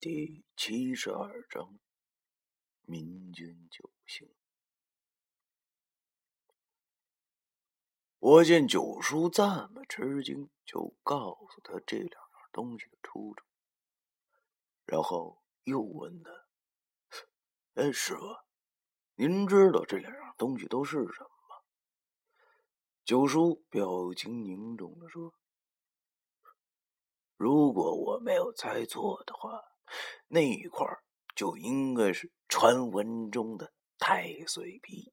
第72章民间九星。我见九叔这么吃惊，就告诉他这两样东西的出处，然后又问他：“师傅，您知道这两样东西都是什么吗？”九叔表情凝重地说：“如果我没有猜错的话，那一块就应该是传闻中的太岁皮。”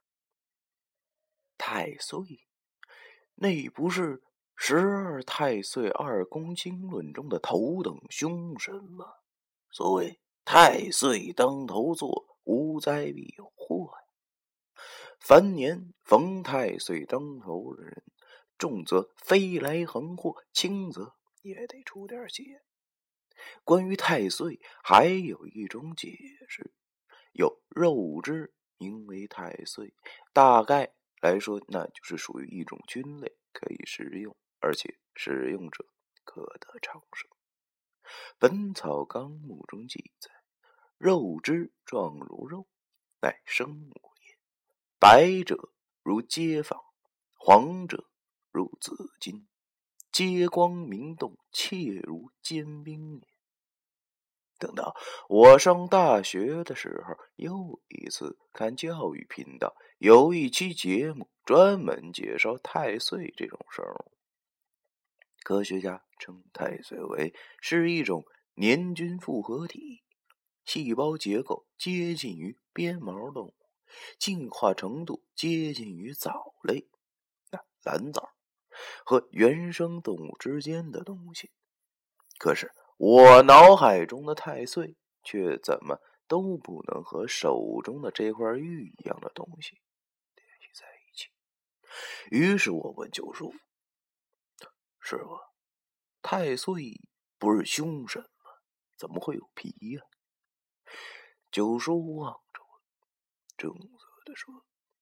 太岁，那不是12太岁2宫经论中的头等凶神吗？所谓太岁当头坐，无灾必有祸呀。凡年逢太岁当头的人，重则飞来横祸，轻则也得出点血。关于太岁还有一种解释，有肉之名为太岁，大概来说那就是属于一种菌类，可以食用，而且使用者可得长生。本草纲目中记载，肉之状如肉，乃生物也，白者如街坊，黄者如紫金，揭光明洞，切如坚冰也。等到我上大学的时候，又一次看教育频道，有一期节目专门介绍太岁这种生物。科学家称太岁为是一种黏菌复合体，细胞结构接近于鞭毛动物，进化程度接近于藻类、蓝藻和原生动物之间的东西。可是我脑海中的太岁却怎么都不能和手中的这块玉一样的东西联系在一起。于是我问九叔：“师傅，太岁不是凶神吗？怎么会有皮呀？”九叔望着我，正色地说：“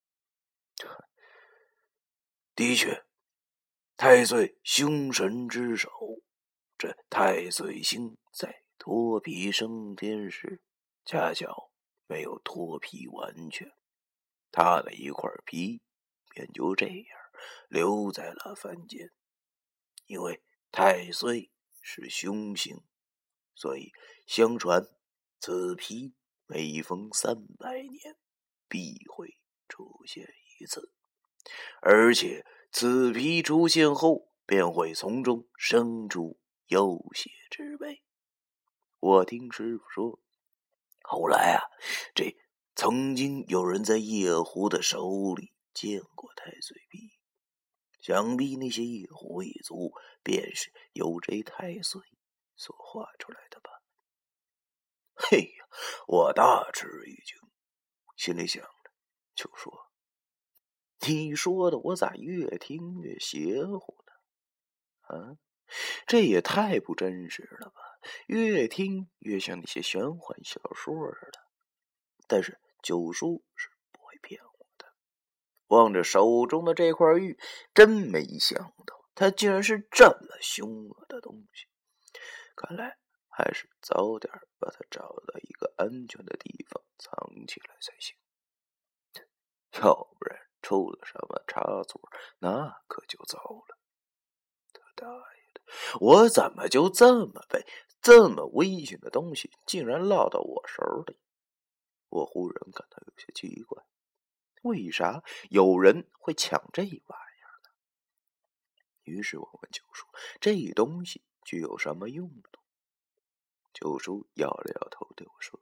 的确，太岁凶神之首，这太岁星在脱皮升天时，恰巧没有脱皮完全，他的一块皮便就这样留在了凡间。因为太岁是凶星，所以相传此皮每逢300年必会出现一次，而且此皮出现后便会从中生出有血之辈。我听师傅说，后来这曾经有人在叶狐的手里见过太岁皮，想必那些叶狐一族便是由这太岁所画出来的吧。嘿呀，我大吃一惊，心里想着，就说：“你说的我咋越听越邪乎呢？这也太不真实了吧，越听越像那些玄幻小说似的。”但是九叔是不会骗我的。望着手中的这块玉，真没想到它竟然是这么凶恶的东西。看来还是早点把它找到一个安全的地方藏起来才行，要不然出了什么差错，那可就糟了。他大爷的，我怎么就这么危险的东西竟然落到我手里？我忽然感到有些奇怪，为啥有人会抢这玩意儿呢？于是我问九叔，这东西具有什么用途？九叔摇了摇头对我说：“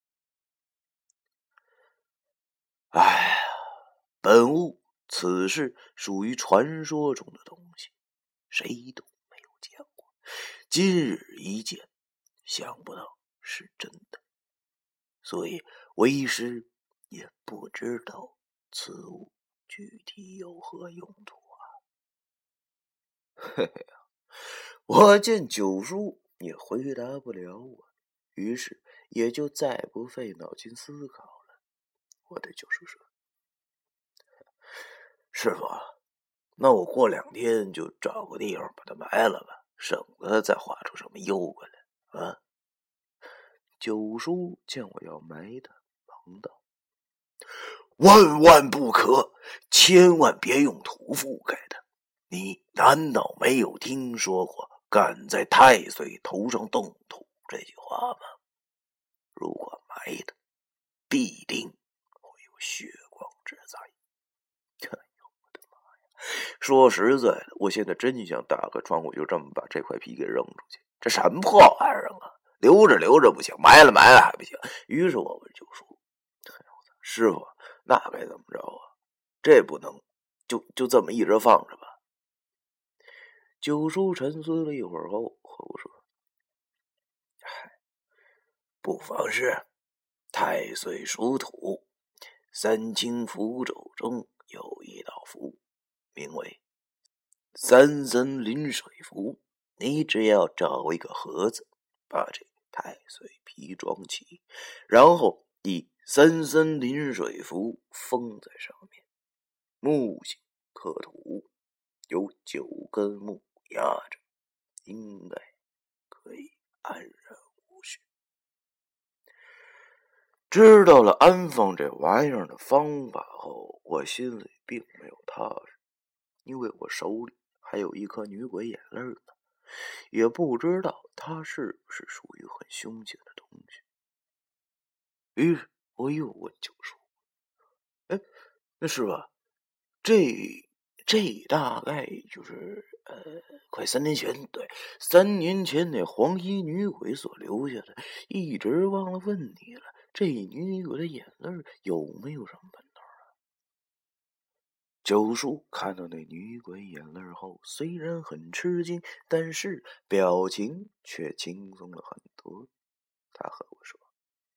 哎呀，本物此事属于传说中的东西，谁都没有见过，今日一见，想不到是真的，所以为师也不知道此物具体有何用途啊。”嘿嘿，我见九叔也回答不了我，于是也就再不费脑筋思考了。我对九叔说：“师傅，那我过2天就找个地方把它埋了吧，省得再画出什么幽怪来啊。” 九叔见我要埋他，忙道：“万万不可，千万别用土覆盖它。你难道没有听说过敢在太岁头上动土这句话吗？如果埋它，必定会有血光之灾。”哎呦我的妈呀！说实在的，我现在真想打开窗户就这么把这块皮给扔出去。这什么破玩意儿啊！留着留着不行，埋了埋了还不行。于是我问九叔：“师傅，那该怎么着啊？这不能就这么一直放着吧？”九叔沉思了一会儿后和我说：“不妨事，太岁属土，三清符咒中有一道符，名为三森临水符。你只要找一个盒子，把这太岁皮装起，然后以三森临水符封在上面，木形刻土，有9根木压着，应该可以安然无事。”知道了安放这玩意儿的方法后，我心里并没有踏实，因为我手里还有一颗女鬼眼泪呢，也不知道它是不是属于很凶险的东西。于是我又问九叔：“哎，那师傅，这大概就是快3年前，对，3年前那黄衣女鬼所留下的，一直忘了问你了。这女鬼的眼泪有没有什么门道啊？”九叔看到那女鬼眼泪后，虽然很吃惊，但是表情却轻松了很多。他和我说：“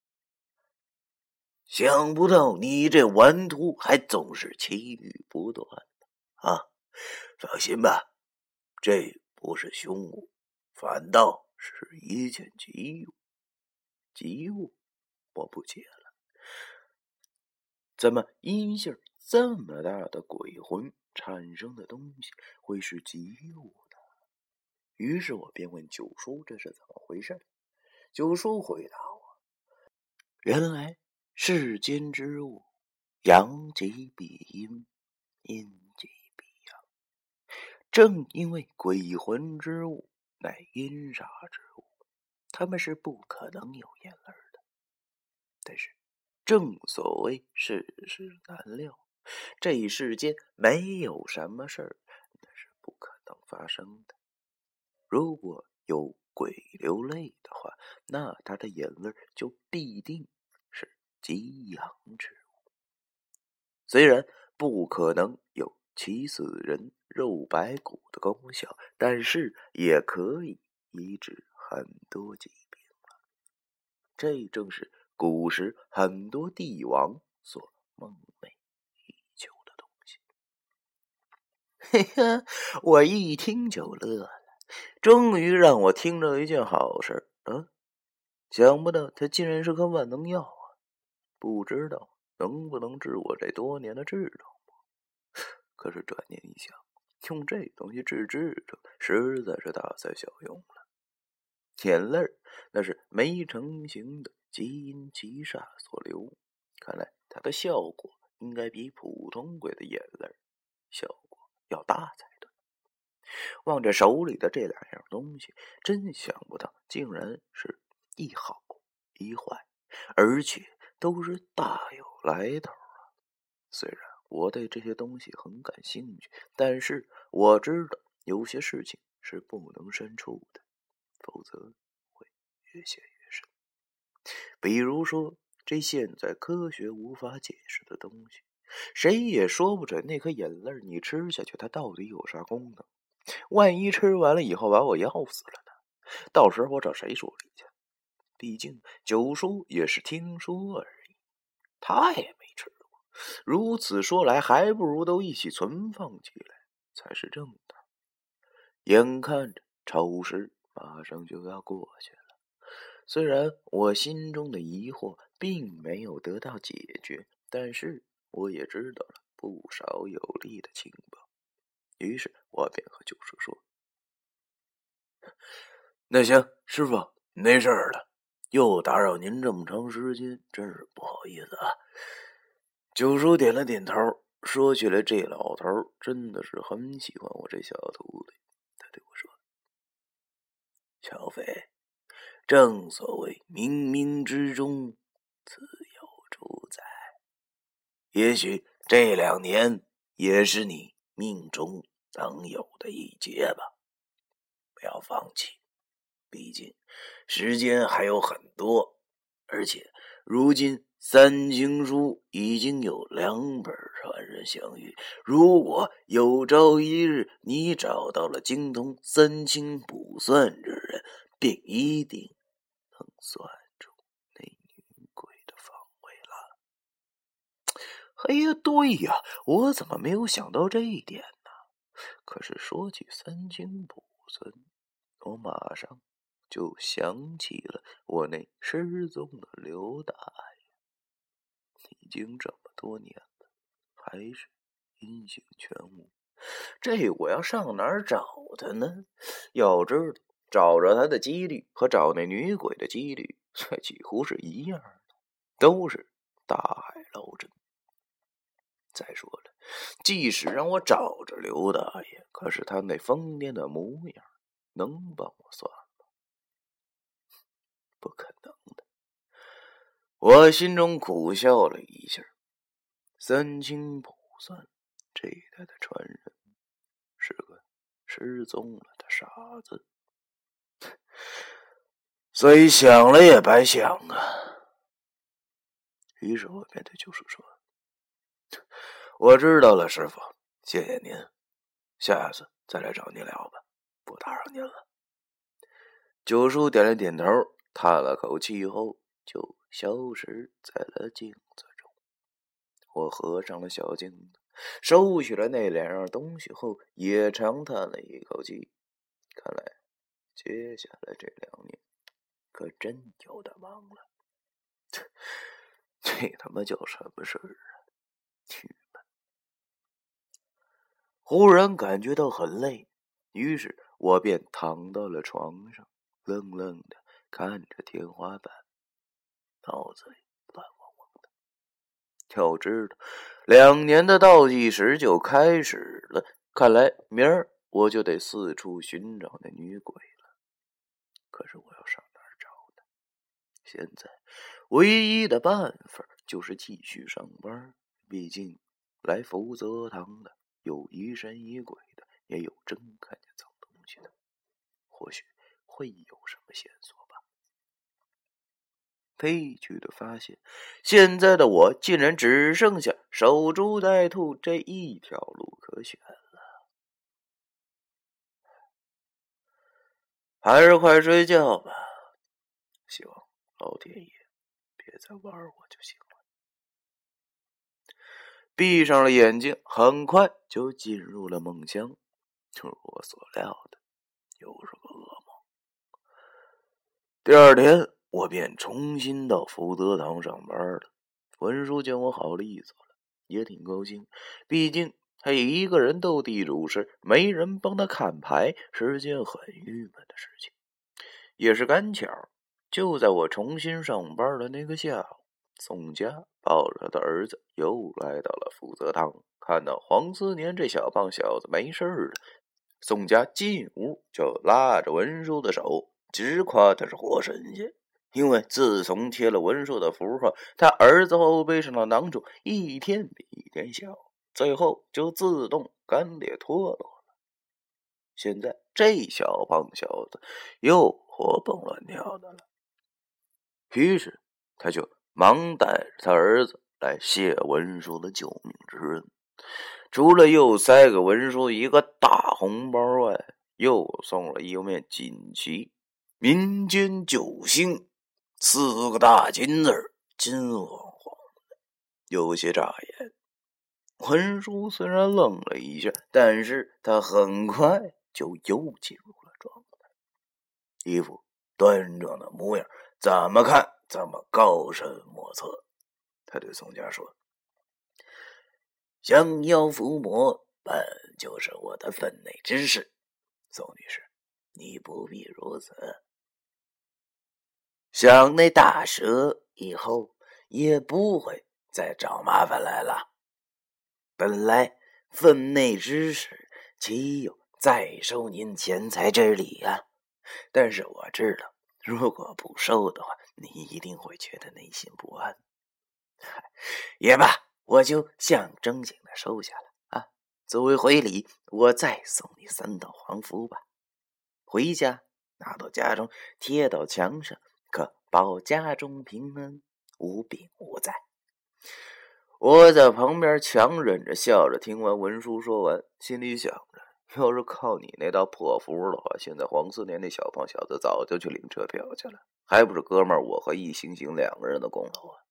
想不到你这顽徒还总是奇遇不断啊！放心吧，这不是凶物，反倒是一件吉物。吉物我不解了，怎么阴性这么大的鬼魂产生的东西会是吉物呢？”于是我便问九叔这是怎么回事。九叔回答我：“原来世间之物，阳极必阴，阴极必阳。正因为鬼魂之物乃阴煞之物，他们是不可能有眼泪的。但是正所谓世事难料，这一世间没有什么事儿那是不可能发生的。如果有鬼流泪的话，那他的眼泪就必定是极阳之物。虽然不可能有起死人肉白骨的功效，但是也可以医治很多疾病了。这正是古时很多帝王所梦寐以求的东西。”嘿嘿，我一听就乐了，终于让我听到一件好事。想不到它竟然是颗万能药啊！不知道能不能治我这多年的痔疮。可是转念一想，用这东西治痔疮实在是大材小用了。眼泪那是没成型的极阴极煞所留，看来它的效果应该比普通鬼的眼泪效果要大才对。望着手里的这2样东西，真想不到竟然是一好一坏，而且都是大有来头啊！虽然我对这些东西很感兴趣，但是我知道有些事情是不能深处的，否则会越陷越深。比如说这现在科学无法解释的东西，谁也说不准那颗眼泪你吃下去它到底有啥功能。万一吃完了以后把我要死了呢？到时候我找谁说理去？毕竟九叔也是听说而已，他也没吃过。如此说来，还不如都一起存放起来才是正道。眼看着丑时马上就要过去了，虽然我心中的疑惑并没有得到解决，但是我也知道了不少有利的情报。于是我便和九叔说：“那行，师傅没事了， 又打扰您这么长时间，真是不好意思啊。九叔点了点头，说起来这老头真的是很喜欢我这小徒弟。他对我说：“小飞，正所谓冥冥之中自有主宰，也许这2年也是你命中当有的一劫吧。不要放弃，毕竟时间还有很多，而且如今三经书已经有2本传人相遇，如果有朝一日你找到了精通三清卜算之人，便一定能算出那女鬼的方位了。”哎呀，对呀，我怎么没有想到这一点呢？可是说起三清卜算，我马上就想起了我那失踪的刘大爷，已经这么多年了，还是音信全无。这我要上哪儿找他呢？要知道，找着他的几率和找那女鬼的几率，这几乎是一样的，都是大海捞针。再说了，即使让我找着刘大爷，可是他那疯癫的模样，能帮我算吗？不可能的。我心中苦笑了一下。三清卜算这一代的传人是个失踪了的傻子，所以想了也白想啊。于是我便对九叔说：“我知道了，师傅，谢谢您，下次再来找您聊吧，不打扰您了。”九叔点了点头，叹了口气后就消失在了镜子中。我合上了小镜子，收起了那2样东西后，也长叹了一口气。看来接下来这2年可真有的忙了。这他妈叫什么事儿啊？郁闷。忽然感觉到很累，于是我便躺到了床上，愣愣的看着天花板，脑子里乱汪汪的。要知道，2年的倒计时就开始了，看来明儿我就得四处寻找那女鬼了。可是我要上哪儿找呢？现在唯一的办法就是继续上班，毕竟来福泽堂的有疑神疑鬼的，也有真看见脏东西的，或许会有什么线索吧。悲剧的发现，现在的我竟然只剩下守株待兔这一条路可选了。还是快睡觉吧，希望老天爷别再玩我就行了。闭上了眼睛，很快就进入了梦乡。如我所料的，又是个噩梦。第2天，我便重新到福德堂上班了。文叔见我好利索了，也挺高兴，毕竟他一个人斗地主时，没人帮他看牌，是件很郁闷的事情。也是赶巧，就在我重新上班的那个下午，宋家抱着他的儿子又来到了福泽堂。看到黄思年这小胖小子没事了，宋家进屋就拉着文叔的手，直夸他是活神仙。因为自从贴了文叔的符画，他儿子后背上的囊肿一天比一天小，最后就自动干裂脱落了。现在这小胖小子又活蹦乱跳的了，于是他就忙带着他儿子来谢文叔的救命之恩。除了又塞给文叔一个大红包外，又送了一面锦旗，民间救星4个大金字，金晃晃的，有些扎眼。文叔虽然愣了一下，但是他很快就又进入了状态，一副端庄的模样，怎么看怎么高深莫测。他对宋家说：“降妖伏魔本就是我的分内之事，宋女士，你不必如此。” 像那大蛇以后也不会再找麻烦来了。本来分内之事，岂有再收您钱财之理啊？但是我知道，如果不收的话，你一定会觉得内心不安。也罢，我就象征性的收下了啊。作为回礼，我再送你3道黄符吧。回家拿到家中，贴到墙上，可保家中平安，无病无灾。我在旁边强忍着笑着听完文书说完，心里想着，要是靠你那道破符的话，现在黄思年那小胖小子早就去领车票去了，还不是哥们儿我和易星星2个人的功劳啊。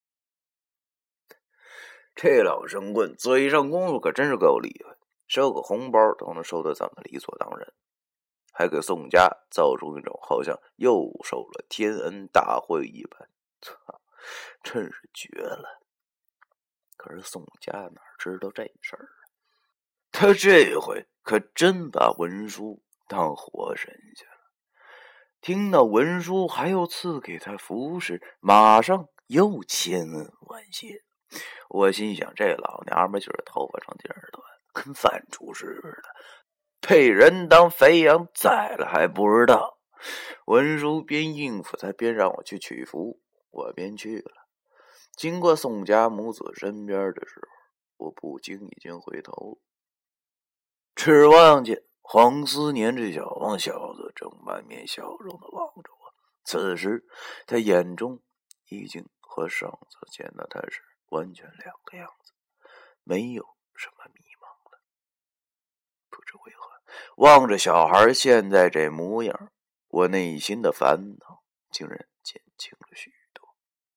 这老神棍嘴上功夫可真是够厉害，收个红包都能收得这么理所当然，还给宋家造出一种好像又受了天恩大惠一般，真是绝了。可是宋家哪知道这事儿啊？他这回可真把文书当活神仙了。听到文书还要赐给他服饰，马上又千恩万谢。我心想，这老娘们就是头发长尖儿短，跟饭厨似的，被人当肥羊宰了还不知道。文书边应付他边让我去取符，我便去了。经过宋家母子身边的时候，我不经意间回头，只望见黄思年这小胖小子正满面笑容地望着我。此时他眼中已经和上次见到他时完全两个样子，没有什么迷茫了。不知为何，望着小孩现在这模样，我内心的烦恼竟然减轻了许多。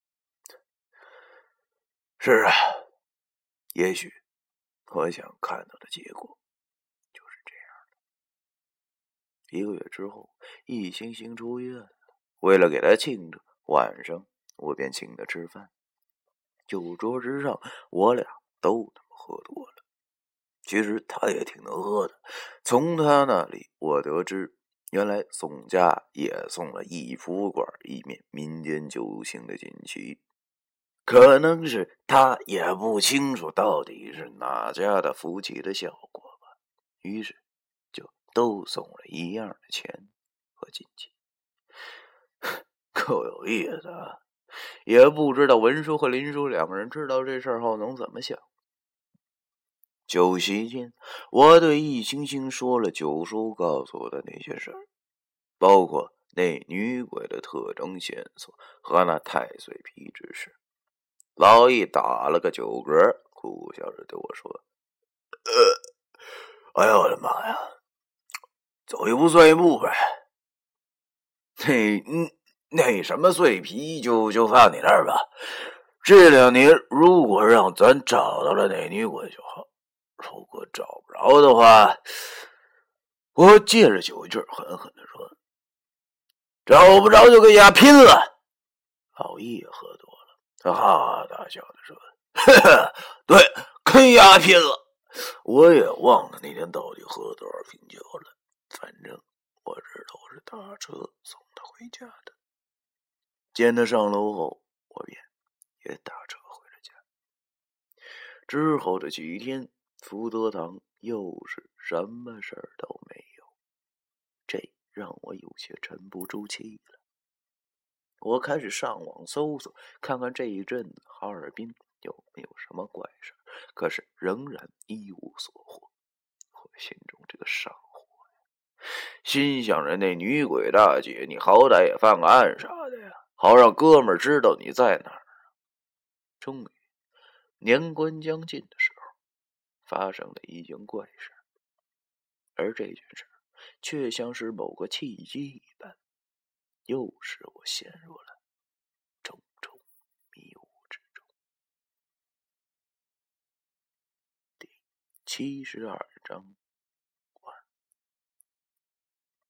是啊，也许我想看到的结果就是这样的。1个月之后，易星星出院了。为了给他庆祝，晚上我便请他吃饭。酒桌之上，我俩都他妈喝多了。其实他也挺能喝的。从他那里我得知，原来宋家也送了易福馆一面民间救星的锦旗。可能是他也不清楚到底是哪家的福气的效果吧，于是就都送了一样的钱和锦旗。够有意思啊！也不知道文叔和林叔2个人知道这事儿后能怎么想。酒席间，我对易星星说了九叔告诉我的那些事儿，包括那女鬼的特征线索和那太岁皮之事。老易打了个酒嗝，苦笑着对我说：“哎呦我的妈呀，走一步算一步呗。那什么碎皮就放你那儿吧。这2年如果让咱找到了那女鬼就好，如果找不着的话，我借着酒劲狠狠地说，找不着就跟丫拼了。”老易也喝多了，他哈哈大笑地说：“呵呵，对，跟丫拼了。”我也忘了那天到底喝多少瓶酒了，反正我知道我是打车送他回家的。见他上楼后，我便也打车回了家。之后的几天，福德堂又是什么事儿都没有，这让我有些沉不住气了。我开始上网搜索，看看这一阵子哈尔滨有没有什么怪事，可是仍然一无所获。我心中这个上火呀，心想着那女鬼大姐，你好歹也犯个案啥的呀，好让哥们儿知道你在哪儿。终于，年关将近的时候，发生了一件怪事，而这件事却像是某个契机一般，又使我陷入了重重迷雾之中。第72章，